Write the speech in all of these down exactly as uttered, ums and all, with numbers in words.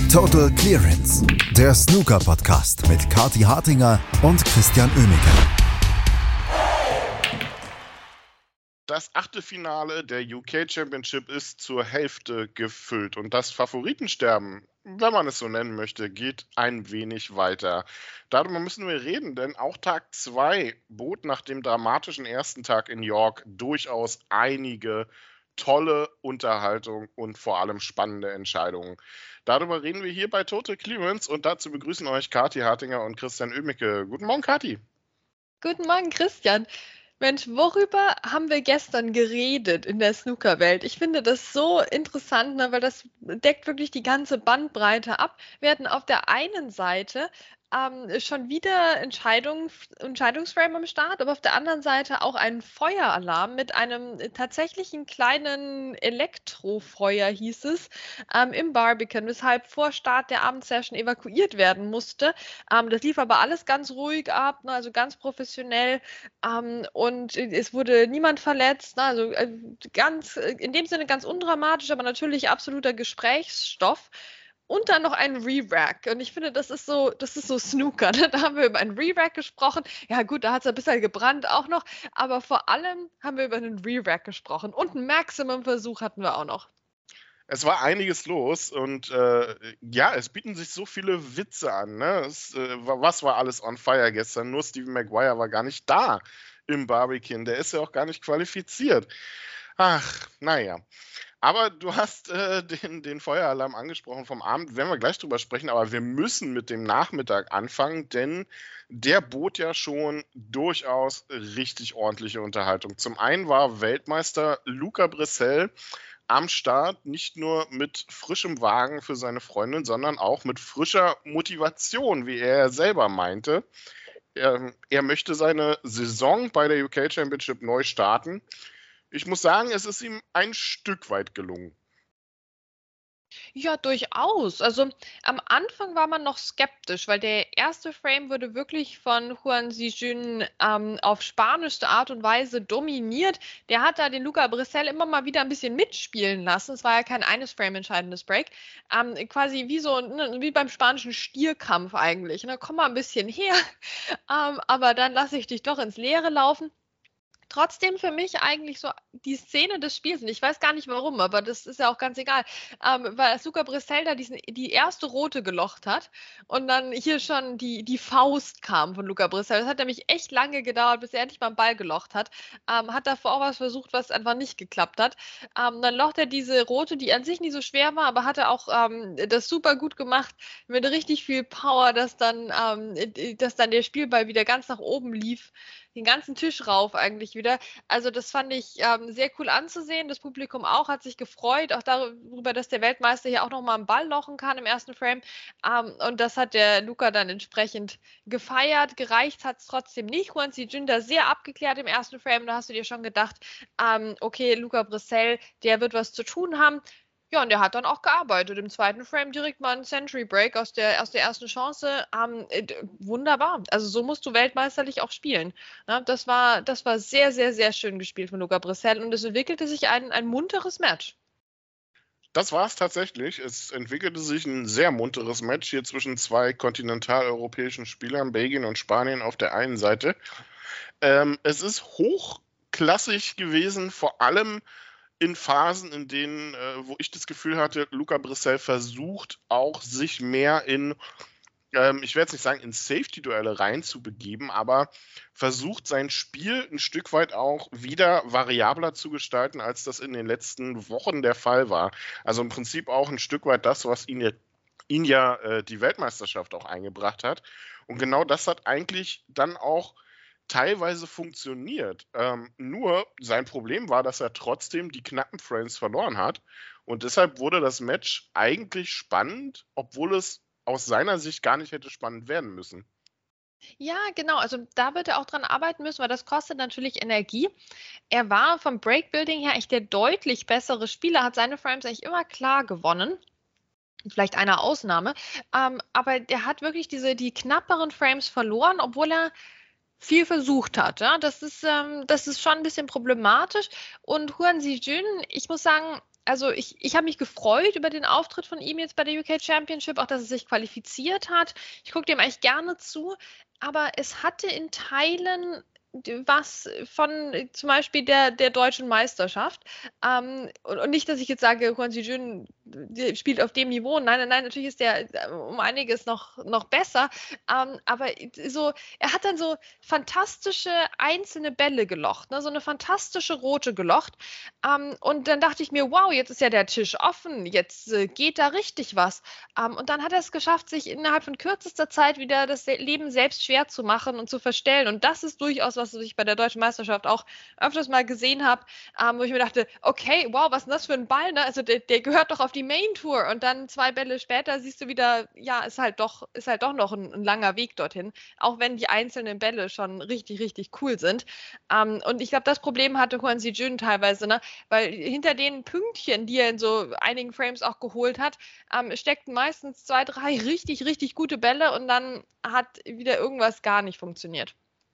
Total Clearance, der Snooker-Podcast mit Kathi Hartinger und Christian Oemeke. Das Achtelfinale der U K Championship ist zur Hälfte gefüllt und das Favoritensterben, wenn man es so nennen möchte, geht ein wenig weiter. Darüber müssen wir reden, denn auch Tag zwei bot nach dem dramatischen ersten Tag in York durchaus einige tolle Unterhaltung und vor allem spannende Entscheidungen. Darüber reden wir hier bei Total Clearance und dazu begrüßen euch Kathi Hartinger und Christian Oemeke. Guten Morgen, Kathi. Guten Morgen, Christian. Mensch, worüber haben wir gestern geredet in der Snookerwelt? Ich finde das so interessant, ne, weil das deckt wirklich die ganze Bandbreite ab. Wir hatten auf der einen Seite ähm, schon wieder Entscheidung, Entscheidungsframe am Start, aber auf der anderen Seite auch einen Feueralarm mit einem tatsächlichen kleinen Elektrofeuer, hieß es, ähm, im Barbican, weshalb vor Start der Abendsession evakuiert werden musste. Ähm, das lief aber alles ganz ruhig ab, ne, also ganz professionell. Ähm, und es wurde niemand verletzt, ne, also äh, ganz, in dem Sinne ganz undramatisch, aber natürlich absoluter Gesprächsstoff. Und dann noch ein Re-Rack. Und ich finde, das ist so, das ist so Snooker. Ne? Da haben wir über einen Re-Rack gesprochen. Ja gut, da hat es ein bisschen gebrannt auch noch. Aber vor allem haben wir über einen Re-Rack gesprochen. Und einen Maximum-Versuch hatten wir auch noch. Es war einiges los und äh, ja, es bieten sich so viele Witze an. Ne? Es, äh, was war alles on fire gestern? Nur Stephen Maguire war gar nicht da im Barbican. Der ist ja auch gar nicht qualifiziert. Ach, naja. Aber du hast äh, den, den Feueralarm angesprochen vom Abend, werden wir gleich drüber sprechen, aber wir müssen mit dem Nachmittag anfangen, denn der bot ja schon durchaus richtig ordentliche Unterhaltung. Zum einen war Weltmeister Luca Brecel am Start, nicht nur mit frischem Wagen für seine Freundin, sondern auch mit frischer Motivation, wie er selber meinte. Er, er möchte seine Saison bei der U K Championship neu starten. Ich muss sagen, es ist ihm ein Stück weit gelungen. Ja, durchaus. Also am Anfang war man noch skeptisch, weil der erste Frame wurde wirklich von Juan Zijun ähm, auf spanischste Art und Weise dominiert. Der hat da den Luca Brecel immer mal wieder ein bisschen mitspielen lassen. Es war ja kein eines Frame entscheidendes Break. Ähm, quasi wie so ne, wie beim spanischen Stierkampf eigentlich. Ne? Komm mal ein bisschen her, ähm, aber dann lasse ich dich doch ins Leere laufen. Trotzdem für mich eigentlich so die Szene des Spiels, und ich weiß gar nicht warum, aber das ist ja auch ganz egal, ähm, weil Luca Brecel da diesen, die erste rote gelocht hat und dann hier schon die, die Faust kam von Luca Brecel. Das hat nämlich echt lange gedauert, bis er endlich beim Ball gelocht hat. Ähm, hat davor auch was versucht, was einfach nicht geklappt hat. Ähm, dann locht er diese rote, die an sich nicht so schwer war, aber hatte auch ähm, das super gut gemacht, mit richtig viel Power, dass dann, ähm, dass dann der Spielball wieder ganz nach oben lief. Den ganzen Tisch rauf eigentlich wieder. Also das fand ich ähm, sehr cool anzusehen. Das Publikum auch hat sich gefreut, auch darüber, dass der Weltmeister hier auch nochmal einen Ball lochen kann im ersten Frame. Ähm, und das hat der Luca dann entsprechend gefeiert. Gereicht hat es trotzdem nicht. Juan Zijun da sehr abgeklärt im ersten Frame. Da hast du dir schon gedacht, ähm, okay, Luca Brecel, der wird was zu tun haben. Ja, und der hat dann auch gearbeitet. Im zweiten Frame direkt mal einen Century Break aus der, aus der ersten Chance. Ähm, äh, wunderbar. Also so musst du weltmeisterlich auch spielen. Na, das war, das war sehr, sehr, sehr schön gespielt von Luca Brecel und es entwickelte sich ein, ein munteres Match. Das war es tatsächlich. Es entwickelte sich ein sehr munteres Match hier zwischen zwei kontinentaleuropäischen Spielern, Belgien und Spanien auf der einen Seite. Ähm, es ist hochklassig gewesen, vor allem in Phasen, in denen, äh, wo ich das Gefühl hatte, Luca Brecel versucht auch sich mehr in, ähm, ich werde jetzt nicht sagen, in Safety-Duelle reinzubegeben, aber versucht sein Spiel ein Stück weit auch wieder variabler zu gestalten, als das in den letzten Wochen der Fall war. Also im Prinzip auch ein Stück weit das, was ihn ja, ihn ja äh, die Weltmeisterschaft auch eingebracht hat. Und genau das hat eigentlich dann auch teilweise funktioniert. Ähm, nur sein Problem war, dass er trotzdem die knappen Frames verloren hat. Und deshalb wurde das Match eigentlich spannend, obwohl es aus seiner Sicht gar nicht hätte spannend werden müssen. Ja, genau. Also da wird er auch dran arbeiten müssen, weil das kostet natürlich Energie. Er war vom Breakbuilding her echt der deutlich bessere Spieler, hat seine Frames eigentlich immer klar gewonnen. Vielleicht eine Ausnahme. Ähm, aber der hat wirklich diese, die knapperen Frames verloren, obwohl er viel versucht hat. Ja? Das ist, ähm, das ist schon ein bisschen problematisch. Und Juan Zijun, ich muss sagen, also ich, ich habe mich gefreut über den Auftritt von ihm jetzt bei der U K Championship, auch dass er sich qualifiziert hat. Ich gucke dem eigentlich gerne zu, aber es hatte in Teilen was von äh, zum Beispiel der, der deutschen Meisterschaft. Ähm, und, und nicht, dass ich jetzt sage, Huan Xijun spielt auf dem Niveau. Nein, nein, nein, natürlich ist der äh, um einiges noch, noch besser. Ähm, aber so, er hat dann so fantastische einzelne Bälle gelocht, ne? So eine fantastische rote gelocht. Ähm, und dann dachte ich mir, wow, jetzt ist ja der Tisch offen, jetzt äh, geht da richtig was. Ähm, und dann hat er es geschafft, sich innerhalb von kürzester Zeit wieder das Leben selbst schwer zu machen und zu verstellen. Und das ist durchaus was, was ich bei der Deutschen Meisterschaft auch öfters mal gesehen habe, ähm, wo ich mir dachte, okay, wow, was ist denn das für ein Ball? Ne? Also der, der gehört doch auf die Main Tour. Und dann zwei Bälle später siehst du wieder, ja, ist halt doch, ist halt doch noch ein, ein langer Weg dorthin, auch wenn die einzelnen Bälle schon richtig, richtig cool sind. Ähm, und ich glaube, das Problem hatte Huan Xijun teilweise, ne? Weil hinter den Pünktchen, die er in so einigen Frames auch geholt hat, ähm, steckten meistens zwei, drei richtig, richtig gute Bälle und dann hat wieder irgendwas gar nicht funktioniert.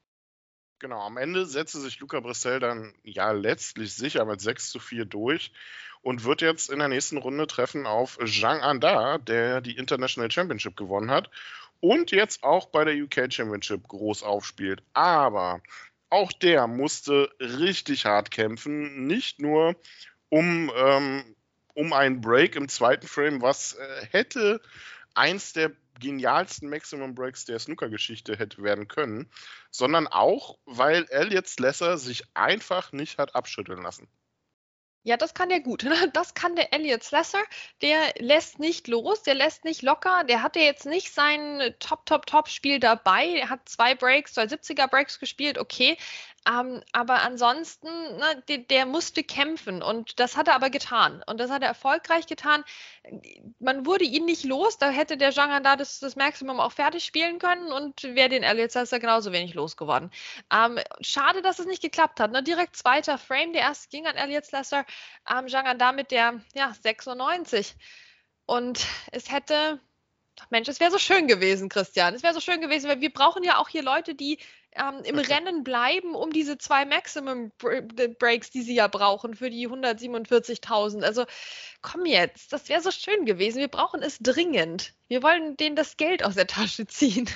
Genau, am Ende setzte sich Luca Brissell dann ja letztlich sicher mit sechs zu vier durch und wird jetzt in der nächsten Runde treffen auf Zhang Anda, der die International Championship gewonnen hat und jetzt auch bei der U K Championship groß aufspielt. Aber auch der musste richtig hart kämpfen, nicht nur um, ähm, um einen Break im zweiten Frame, was äh, hätte eins der genialsten Maximum Breaks der Snooker-Geschichte hätte werden können, sondern auch, weil Elliot Slesser sich einfach nicht hat abschütteln lassen. Ja, das kann der gut. Das kann der Elliot Slesser. Der lässt nicht los, der lässt nicht locker. Der hatte jetzt nicht sein Top-Top-Top-Spiel dabei. Er hat zwei Breaks, zwei siebziger-Breaks gespielt, okay. Ähm, aber ansonsten, ne, der, der musste kämpfen und das hat er aber getan. Und das hat er erfolgreich getan. Man wurde ihn nicht los, da hätte der Zhang Anda das, das Maximum auch fertig spielen können und wäre den Elliot Slesser genauso wenig losgeworden. Ähm, schade, dass es nicht geklappt hat. Ne? Direkt zweiter Frame, der erste ging an Elliot Slesser, ähm, Zhang Anda mit der ja, sechsundneunzig. Und es hätte, Mensch, es wäre so schön gewesen, Christian. Es wäre so schön gewesen, weil wir brauchen ja auch hier Leute, die ähm, im Rennen bleiben, um diese zwei Maximum Breaks, die sie ja brauchen für die hundertsiebenundvierzigtausend. Also komm jetzt, das wäre so schön gewesen. Wir brauchen es dringend. Wir wollen denen das Geld aus der Tasche ziehen.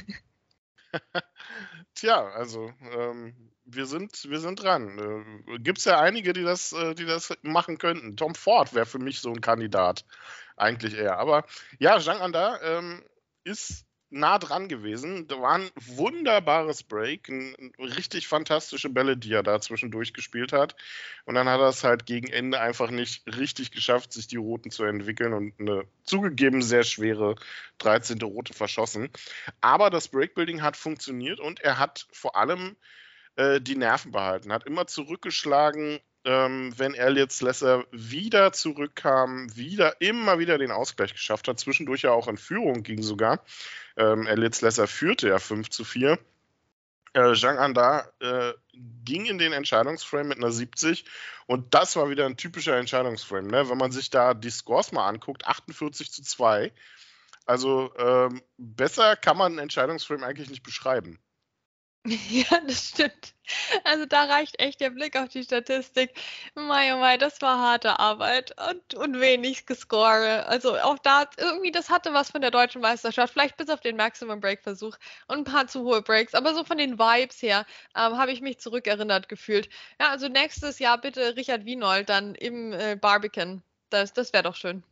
Tja, also ähm, wir sind, wir sind dran. Äh, Gibt es ja einige, die das, äh, die das machen könnten. Tom Ford wäre für mich so ein Kandidat. Eigentlich eher. Aber ja, Zhang Anda ähm, ist nah dran gewesen. Da war ein wunderbares Break, ein, ein richtig fantastische Bälle, die er da zwischendurch gespielt hat. Und dann hat er es halt gegen Ende einfach nicht richtig geschafft, sich die Roten zu entwickeln und eine zugegeben sehr schwere dreizehnte Rote verschossen. Aber das Breakbuilding hat funktioniert und er hat vor allem äh, die Nerven behalten, hat immer zurückgeschlagen, ähm, wenn Elliot Slesser wieder zurückkam, wieder, immer wieder den Ausgleich geschafft hat, zwischendurch ja auch in Führung ging sogar. Ähm, Elliot Slesser führte ja fünf zu vier. Äh, Zhang Anda äh, ging in den Entscheidungsframe mit einer siebzig und das war wieder ein typischer Entscheidungsframe. Ne? Wenn man sich da die Scores mal anguckt, achtundvierzig zu zwei. Also ähm, besser kann man einen Entscheidungsframe eigentlich nicht beschreiben. Ja, das stimmt. Also da reicht echt der Blick auf die Statistik. Mei, oh mei, das war harte Arbeit und, und wenig gescore. Also auch da, irgendwie, das hatte was von der deutschen Meisterschaft. Vielleicht bis auf den Maximum Break Versuch und ein paar zu hohe Breaks. Aber so von den Vibes her ähm, habe ich mich zurückerinnert gefühlt. Ja, also nächstes Jahr bitte Richard Wienold dann im äh, Barbican. Das, das wäre doch schön.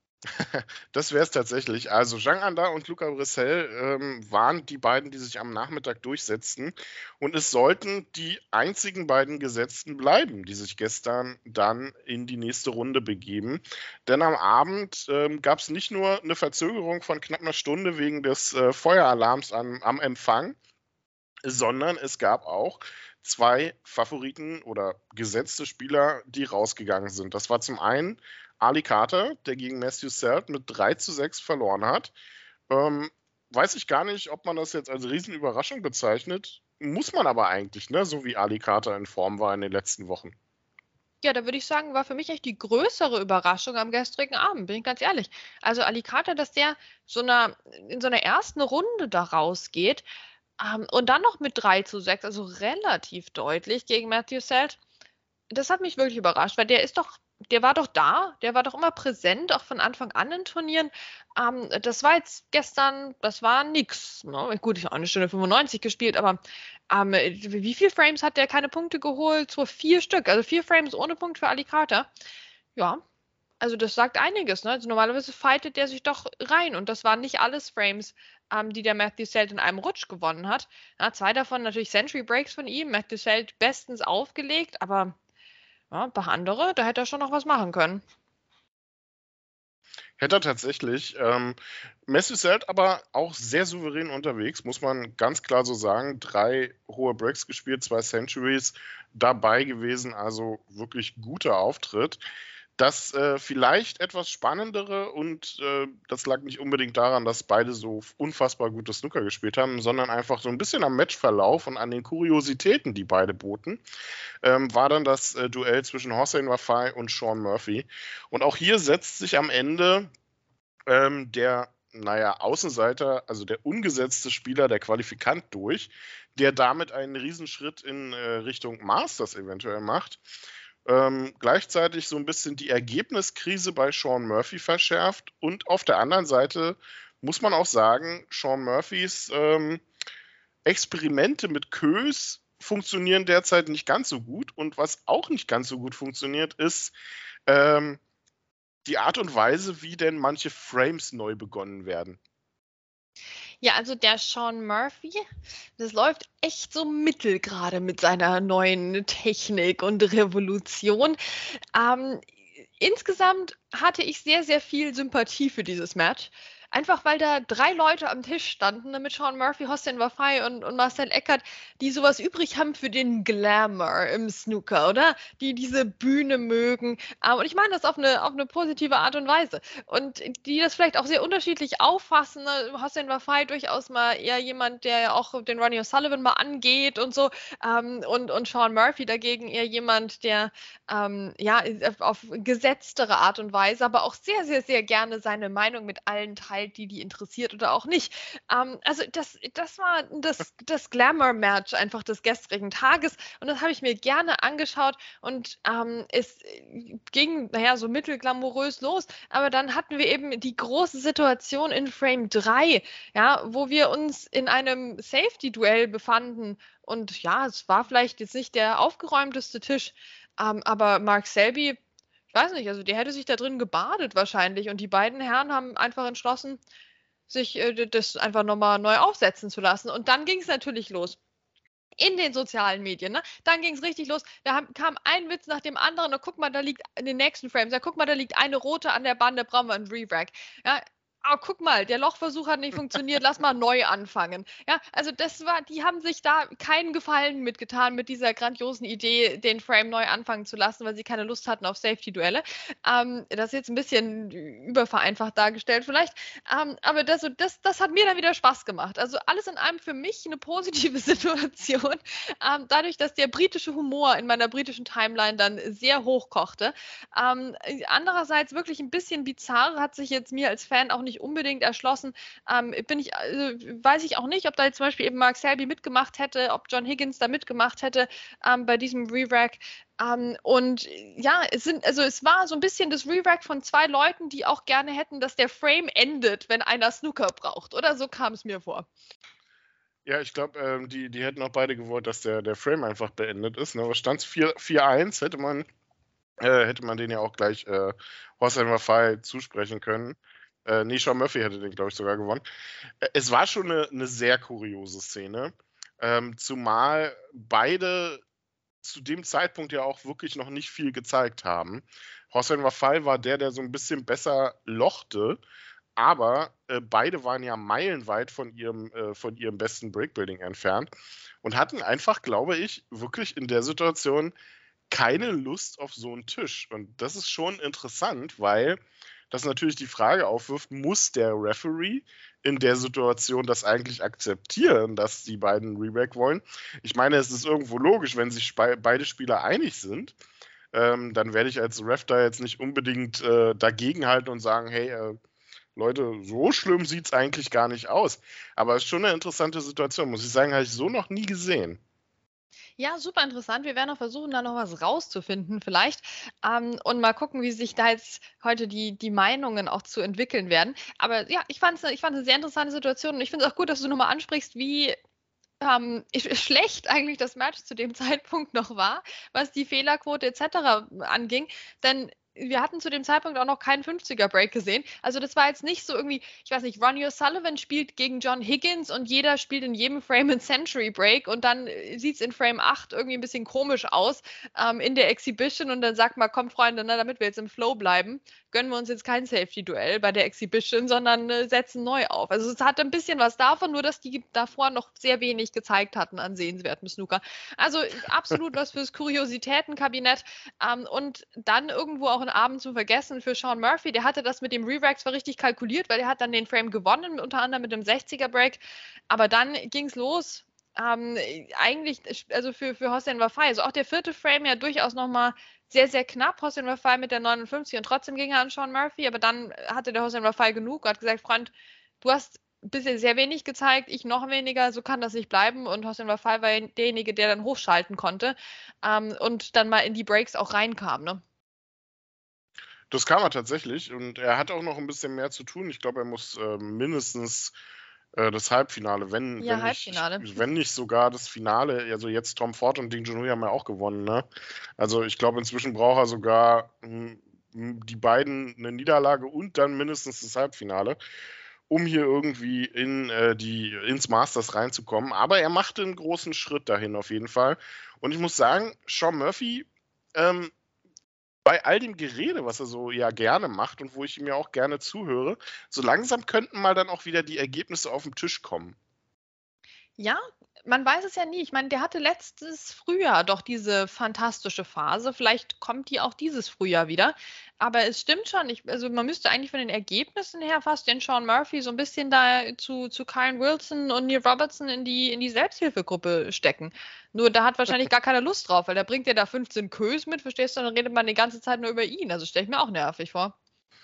Das wäre es tatsächlich. Also Zhang Anda und Luca Brissell ähm, waren die beiden, die sich am Nachmittag durchsetzten. Und es sollten die einzigen beiden Gesetzten bleiben, die sich gestern dann in die nächste Runde begeben. Denn am Abend ähm, gab es nicht nur eine Verzögerung von knapp einer Stunde wegen des äh, Feueralarms am, am Empfang, sondern es gab auch zwei Favoriten oder gesetzte Spieler, die rausgegangen sind. Das war zum einen Ali Carter, der gegen Matthew Selt mit drei zu sechs verloren hat. Ähm, weiß ich gar nicht, ob man das jetzt als Riesenüberraschung bezeichnet. Muss man aber eigentlich, ne? So wie Ali Carter in Form war in den letzten Wochen. Ja, da würde ich sagen, war für mich echt die größere Überraschung am gestrigen Abend, bin ich ganz ehrlich. Also Ali Carter, dass der so einer, in so einer ersten Runde da rausgeht ähm, und dann noch mit drei zu sechs, also relativ deutlich gegen Matthew Selt, das hat mich wirklich überrascht, weil der ist doch der war doch da, der war doch immer präsent, auch von Anfang an in Turnieren. Ähm, das war jetzt gestern, das war nix. Ne? Gut, ich habe auch eine Stunde fünfundneunzig gespielt, aber ähm, wie viele Frames hat der keine Punkte geholt? So vier Stück, also vier Frames ohne Punkt für Alicata. Ja, also das sagt einiges. Ne? Also normalerweise fightet der sich doch rein und das waren nicht alles Frames, ähm, die der Matthew Selt in einem Rutsch gewonnen hat. Ja, zwei davon natürlich Century Breaks von ihm, Matthew Selt bestens aufgelegt, aber ja, ein paar andere, da hätte er schon noch was machen können. Hätte er tatsächlich. Ähm, Matthew Selt aber auch sehr souverän unterwegs, muss man ganz klar so sagen. Drei hohe Breaks gespielt, zwei Centuries dabei gewesen, also wirklich guter Auftritt. Das äh, vielleicht etwas spannendere, und äh, das lag nicht unbedingt daran, dass beide so unfassbar gute Snooker gespielt haben, sondern einfach so ein bisschen am Matchverlauf und an den Kuriositäten, die beide boten, ähm, war dann das äh, Duell zwischen Hossein Wafai und Sean Murphy. Und auch hier setzt sich am Ende ähm, der, naja, Außenseiter, also der ungesetzte Spieler, der Qualifikant durch, der damit einen Riesenschritt in äh, Richtung Masters eventuell macht. Ähm, gleichzeitig so ein bisschen die Ergebniskrise bei Sean Murphy verschärft, und auf der anderen Seite muss man auch sagen, Sean Murphys ähm, Experimente mit Queues funktionieren derzeit nicht ganz so gut, und was auch nicht ganz so gut funktioniert, ist ähm, die Art und Weise, wie denn manche Frames neu begonnen werden. Ja, also der Sean Murphy, das läuft echt so mittel gerade mit seiner neuen Technik und Revolution. Ähm, insgesamt hatte ich sehr, sehr viel Sympathie für dieses Match. Einfach weil da drei Leute am Tisch standen, ne, mit Sean Murphy, Hossein Wafai und, und Marcel Eckert, die sowas übrig haben für den Glamour im Snooker, oder? Die diese Bühne mögen. Ähm, und ich meine das auf eine, auf eine positive Art und Weise. Und die das vielleicht auch sehr unterschiedlich auffassen. Ne? Hossein Wafai durchaus mal eher jemand, der ja auch den Ronnie O'Sullivan mal angeht und so. Ähm, und, und Sean Murphy dagegen eher jemand, der ähm, ja auf gesetztere Art und Weise, aber auch sehr, sehr, sehr gerne seine Meinung mit allen teilt, die die interessiert oder auch nicht. Ähm, also das, das war das, das Glamour-Match einfach des gestrigen Tages, und das habe ich mir gerne angeschaut, und ähm, es ging, naja, so mittelglamourös los, aber dann hatten wir eben die große Situation in Frame drei, ja, wo wir uns in einem Safety-Duell befanden, und ja, es war vielleicht jetzt nicht der aufgeräumteste Tisch, ähm, aber Mark Selby, ich weiß nicht, also der hätte sich da drin gebadet wahrscheinlich, und die beiden Herren haben einfach entschlossen, sich äh, das einfach nochmal neu aufsetzen zu lassen. Und dann ging es natürlich los. In den sozialen Medien, ne? Dann ging es richtig los. Da haben, kam ein Witz nach dem anderen. Und guck mal, da liegt in den nächsten Frames, ja, guck mal, da liegt eine rote an der Bande, brauchen wir einen Re-Rack. Ja, oh, guck mal, der Lochversuch hat nicht funktioniert, lass mal neu anfangen. Ja, also das war, die haben sich da keinen Gefallen mitgetan mit dieser grandiosen Idee, den Frame neu anfangen zu lassen, weil sie keine Lust hatten auf Safety-Duelle. Ähm, das ist jetzt ein bisschen übervereinfacht dargestellt vielleicht. Ähm, aber das, das, das hat mir dann wieder Spaß gemacht. Also alles in allem für mich eine positive Situation. Ähm, dadurch, dass der britische Humor in meiner britischen Timeline dann sehr hoch kochte. Ähm, andererseits wirklich ein bisschen bizarr, hat sich jetzt mir als Fan auch nicht unbedingt erschlossen. Ähm, bin ich, also, weiß ich auch nicht, ob da jetzt zum Beispiel eben Mark Selby mitgemacht hätte, ob John Higgins da mitgemacht hätte ähm, bei diesem Re-Rack. Um, und ja, es sind, also es war so ein bisschen das Re-Rack von zwei Leuten, die auch gerne hätten, dass der Frame endet, wenn einer Snooker braucht. Oder so kam es mir vor. Ja, ich glaube, ähm, die, die hätten auch beide gewollt, dass der, der Frame einfach beendet ist. Ne? Aber stand es vier eins, hätte man, äh, hätte man den ja auch gleich äh, Hossein Wafai zusprechen können. Äh, nee, Sean Murphy hätte den, glaube ich, sogar gewonnen. Äh, es war schon eine, eine sehr kuriose Szene. Ähm, zumal beide zu dem Zeitpunkt ja auch wirklich noch nicht viel gezeigt haben. Hossein Wafai war der, der so ein bisschen besser lochte, aber äh, beide waren ja meilenweit von ihrem, äh, von ihrem besten Breakbuilding entfernt und hatten einfach, glaube ich, wirklich in der Situation keine Lust auf so einen Tisch. Und das ist schon interessant, weil das natürlich die Frage aufwirft, muss der Referee in der Situation das eigentlich akzeptieren, dass die beiden Re-Rack wollen? Ich meine, es ist irgendwo logisch, wenn sich spe- beide Spieler einig sind, ähm, dann werde ich als Ref da jetzt nicht unbedingt äh, dagegenhalten und sagen, hey, äh, Leute, so schlimm sieht es eigentlich gar nicht aus. Aber es ist schon eine interessante Situation, muss ich sagen, habe ich so noch nie gesehen. Ja, super interessant. Wir werden auch versuchen, da noch was rauszufinden vielleicht, ähm, und mal gucken, wie sich da jetzt heute die die Meinungen auch zu entwickeln werden. Aber ja, ich fand's 'ne ich fand's 'ne sehr interessante Situation und ich finde es auch gut, dass du noch mal ansprichst, wie, ähm, sch schlecht eigentlich das Match zu dem Zeitpunkt noch war, was die Fehlerquote et cetera anging. Denn wir hatten zu dem Zeitpunkt auch noch keinen fünfziger Break gesehen. Also, das war jetzt nicht so irgendwie, ich weiß nicht, Ronnie O'Sullivan spielt gegen John Higgins und jeder spielt in jedem Frame 'n Century Break und dann, äh, sieht's in Frame acht irgendwie 'n bisschen komisch aus, ähm, in der Exhibition und dann sagt man: „Kommt Freunde, ne, damit wir jetzt im Flow bleiben, gönnen wir uns jetzt kein Safety-Duell bei der Exhibition, sondern, äh, setzen neu auf.“ Also, es hatte 'n bisschen was davon, nur dass die davor noch sehr wenig gezeigt hatten an sehenswertem Snooker. Also, absolut was fürs Kuriositätenkabinett, ähm, und dann irgendwo auch 'n Abend zum Vergessen für Shaun Murphy. Der hatte das mit dem Re-Rack zwar richtig kalkuliert, weil der hat dann den Frame gewonnen, unter anderem mit dem sechziger Break, aber dann ging's los. Ähm, eigentlich sch also, für für Hossein Wafai. Also, auch der vierte Frame ja durchaus noch mal sehr, sehr knapp. Hossein Wafai mit der neunundfünfzig und trotzdem ging er an Shaun Murphy, aber dann hatte der Hossein Wafai genug und hat gesagt: „Freund, du hast bisher sehr wenig gezeigt, ich noch weniger, so kann das nicht bleiben.“ Und Hossein Wafai war derjenige, der dann hochschalten konnte, ähm, und dann mal in die Breaks auch reinkam, ne? Das kam er tatsächlich und er hat auch noch 'n bisschen mehr zu tun. Ich glaube, er muss, äh, mindestens, äh, das Halbfinale, wenn Ja, wenn nicht Halbfinale. wenn nicht sogar das Finale, also jetzt Tom Ford und Ding Junhui haben ja auch gewonnen, ne? Also, ich glaube, inzwischen braucht er sogar, hm, hm, die beiden 'ne Niederlage und dann mindestens das Halbfinale, um hier irgendwie in, äh, die ins Masters reinzukommen. Aber er machte 'n großen Schritt dahin auf jeden Fall. Und ich muss sagen, Shaun Murphy, ähm, bei all dem Gerede, was er so ja gerne macht und wo ich ihm ja auch gerne zuhöre, so langsam könnten mal dann auch wieder die Ergebnisse auf'n Tisch kommen. Ja, man weiß es ja nie. Ich meine, der hatte letztes Frühjahr doch diese fantastische Phase. Vielleicht kommt die auch dieses Frühjahr wieder. Aber es stimmt schon, ich also, man müsste eigentlich von den Ergebnissen her fast den Shaun Murphy so 'n bisschen da zu zu Kyren Wilson und Neil Robertson in die in die Selbsthilfegruppe stecken. Nur da hat wahrscheinlich gar keiner Lust drauf, weil der bringt ja da fünfzehn Queues mit, verstehst du? Und dann redet man die ganze Zeit nur über ihn. Also, stelle ich mir auch nervig vor.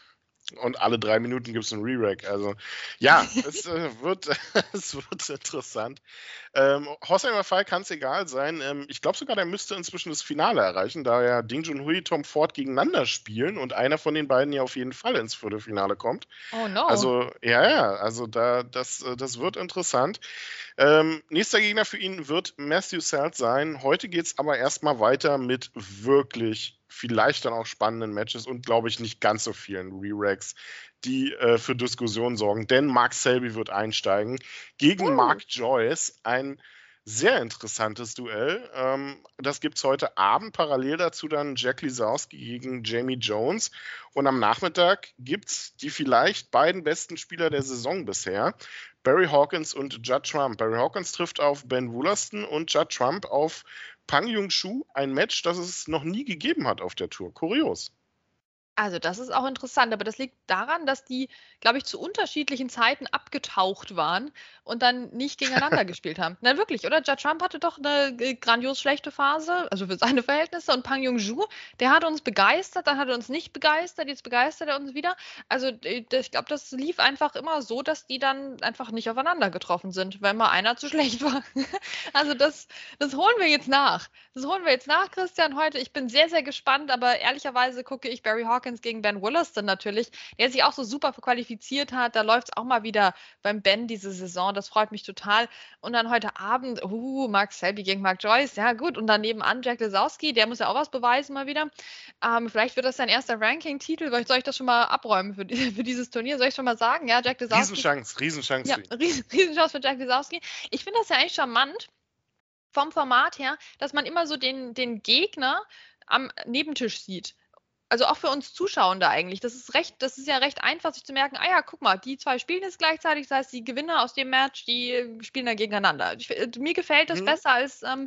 Und alle drei Minuten gibt's 'n Re-Rack. Also, ja, es, äh, wird es wird interessant. Ähm, Hossein Wafai kann's egal sein. Ähm, ich glaube sogar, der müsste inzwischen das Finale erreichen, da ja Ding Junhui, Tom Ford gegeneinander spielen und einer von den beiden ja auf jeden Fall ins Viertelfinale kommt. Oh no. Also, ja, ja, also da das äh, das wird interessant. Ähm, nächster Gegner für ihn wird Matthew Seld sein. Heute geht's aber erst mal weiter mit wirklich vielleicht dann auch spannenden Matches und, glaube ich, nicht ganz so vielen Re-Racks, die, äh, für Diskussionen sorgen. Denn Mark Selby wird einsteigen gegen Uh. Mark Joyce. Ein sehr interessantes Duell. Ähm, das gibt's heute Abend. Parallel dazu dann Jack Lisowski gegen Jamie Jones. Und am Nachmittag gibt's die vielleicht beiden besten Spieler der Saison bisher, Barry Hawkins und Judd Trump. Barry Hawkins trifft auf Ben Woollaston und Judd Trump auf Pang Jung-Shu. Ein Match, das es noch nie gegeben hat auf der Tour. Kurios. Also, das ist auch interessant, aber das liegt daran, dass die, glaube ich, zu unterschiedlichen Zeiten abgetaucht waren und dann nicht gegeneinander gespielt haben. Nein, wirklich, oder? Judd Trump hatte doch 'ne g grandios schlechte Phase, also für seine Verhältnisse und Pang Jung-Shu, der hat uns begeistert, dann hat er uns nicht begeistert, jetzt begeistert er uns wieder. Also, d d ich glaube, das lief einfach immer so, dass die dann einfach nicht aufeinander getroffen sind, weil mal einer zu schlecht war. Also, das das holen wir jetzt nach. Das holen wir jetzt nach, Christian, heute. Ich bin sehr, sehr gespannt, aber ehrlicherweise gucke ich Barry Hawkins gegen Ben Woollaston natürlich, der sich auch so super qualifiziert hat. Da läuft's auch mal wieder beim Ben diese Saison. Das freut mich total. Und dann heute Abend, uh, Mark Selby gegen Mark Joyce. Ja, gut. Und dann nebenan Jack Lisowski, der muss ja auch was beweisen mal wieder. Ähm, vielleicht wird das sein erster Ranking-Titel. Soll ich soll ich das schon mal abräumen für die für dieses Turnier? Soll ich schon mal sagen? Ja, Jack Lisowski Riesenchance, Riesenchance Ja, für ihn. Riesen Riesenchance für Jack Lisowski. Ich finde das ja eigentlich charmant vom Format her, dass man immer so den den Gegner am Nebentisch sieht. Also, auch für uns Zuschauende eigentlich. Das ist recht das ist ja recht einfach, sich zu merken: „Ah ja, guck mal, die zwei spielen jetzt gleichzeitig. Das heißt, die Gewinner aus dem Match, die spielen dann gegeneinander.“ Ich f mir gefällt das Mhm. besser als, ähm,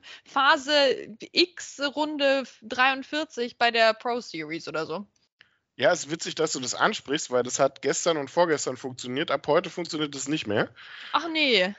Phase X, Runde f dreiundvierzig bei der Pro Series oder so. Ja, ist witzig, dass du das ansprichst, weil das hat gestern und vorgestern funktioniert. Ab heute funktioniert das nicht mehr. Ach ne.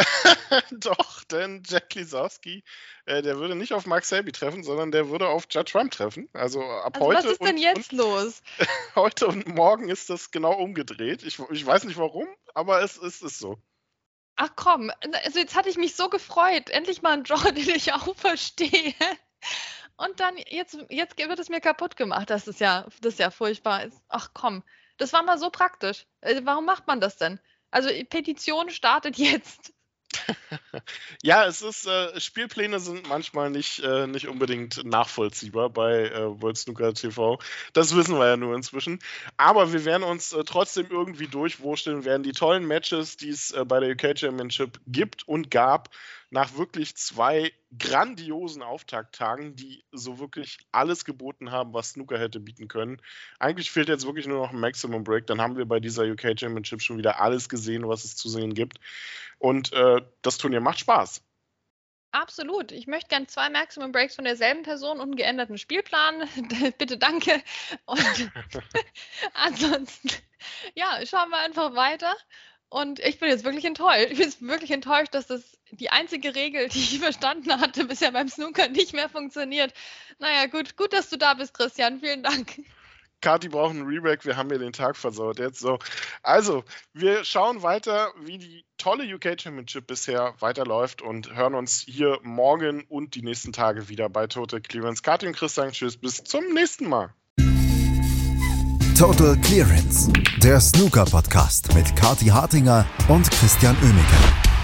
Doch, denn Jack Lisowski, äh, der würde nicht auf Mark Selby treffen, sondern der würde auf Judd Trump treffen. Also, ab Also, was heute ist denn und und jetzt los? heute und morgen ist das genau umgedreht. Ich w ich weiß nicht warum, aber es es ist so. Ach komm, also jetzt hatte ich mich so gefreut. Endlich mal ein Draw, den ich auch verstehe. Und dann, jetzt, jetzt wird es mir kaputt gemacht. Das ist ja, das ist ja furchtbar. Ach komm, das war mal so praktisch. Warum macht man das denn? Also Petition startet jetzt. Ja, es ist, äh, Spielpläne sind manchmal nicht, äh, nicht unbedingt nachvollziehbar bei äh, World Snooker T V. Das wissen wir ja nur inzwischen. Aber wir werden uns äh, trotzdem irgendwie durchwursteln, werden die tollen Matches, die es äh, bei der U K Championship gibt und gab, nach wirklich zwei grandiosen Auftakttagen, die so wirklich alles geboten haben, was Snooker hätte bieten können. Eigentlich fehlt jetzt wirklich nur noch ein Maximum Break, dann haben wir bei dieser U K Championship schon wieder alles gesehen, was es zu sehen gibt. Und äh, das Turnier macht Spaß. Absolut. Ich möchte gerne zwei Maximum Breaks von derselben Person und einen geänderten Spielplan. Bitte, danke. Und ansonsten, ja, schauen wir einfach weiter. Und ich bin jetzt wirklich enttäuscht. Ich bin jetzt wirklich enttäuscht, dass das die einzige Regel, die ich verstanden hatte, bisher beim Snooker nicht mehr funktioniert. Naja, gut, gut, dass du da bist, Christian. Vielen Dank. Kati braucht einen Reback, wir haben mir den Tag versaut jetzt so. Also, wir schauen weiter, wie die tolle U K Championship bisher weiterläuft und hören uns hier morgen und die nächsten Tage wieder bei Total Clearance. Kati und Chris sagen tschüss, bis zum nächsten Mal. Total Clearance, der Snooker-Podcast mit Kati Hartinger und Christian Oemeke.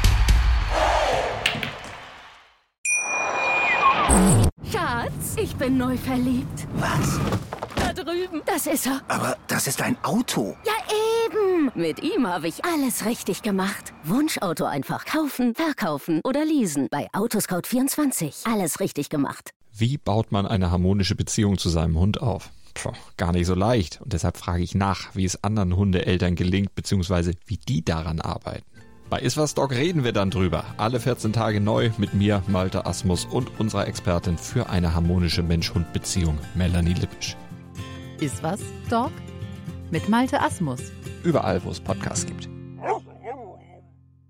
Schatz, ich bin neu verliebt. Was? Da drüben. Das ist er. Aber das ist ein Auto. Ja, eben. Mit ihm habe ich alles richtig gemacht. Wunschauto einfach kaufen, verkaufen oder leasen. Bei Autoscout vierundzwanzig. Alles richtig gemacht. Wie baut man eine harmonische Beziehung zu seinem Hund auf? Puh, gar nicht so leicht. Und deshalb frage ich nach, wie es anderen Hundeeltern gelingt, beziehungsweise wie die daran arbeiten. Bei Iswas Dog reden wir dann drüber. Alle vierzehn Tage neu mit mir, Malte Asmus und unserer Expertin für eine harmonische Mensch-Hund-Beziehung, Melanie Lippisch. Iswas Dog mit Malte Asmus. Überall, wo es Podcasts gibt.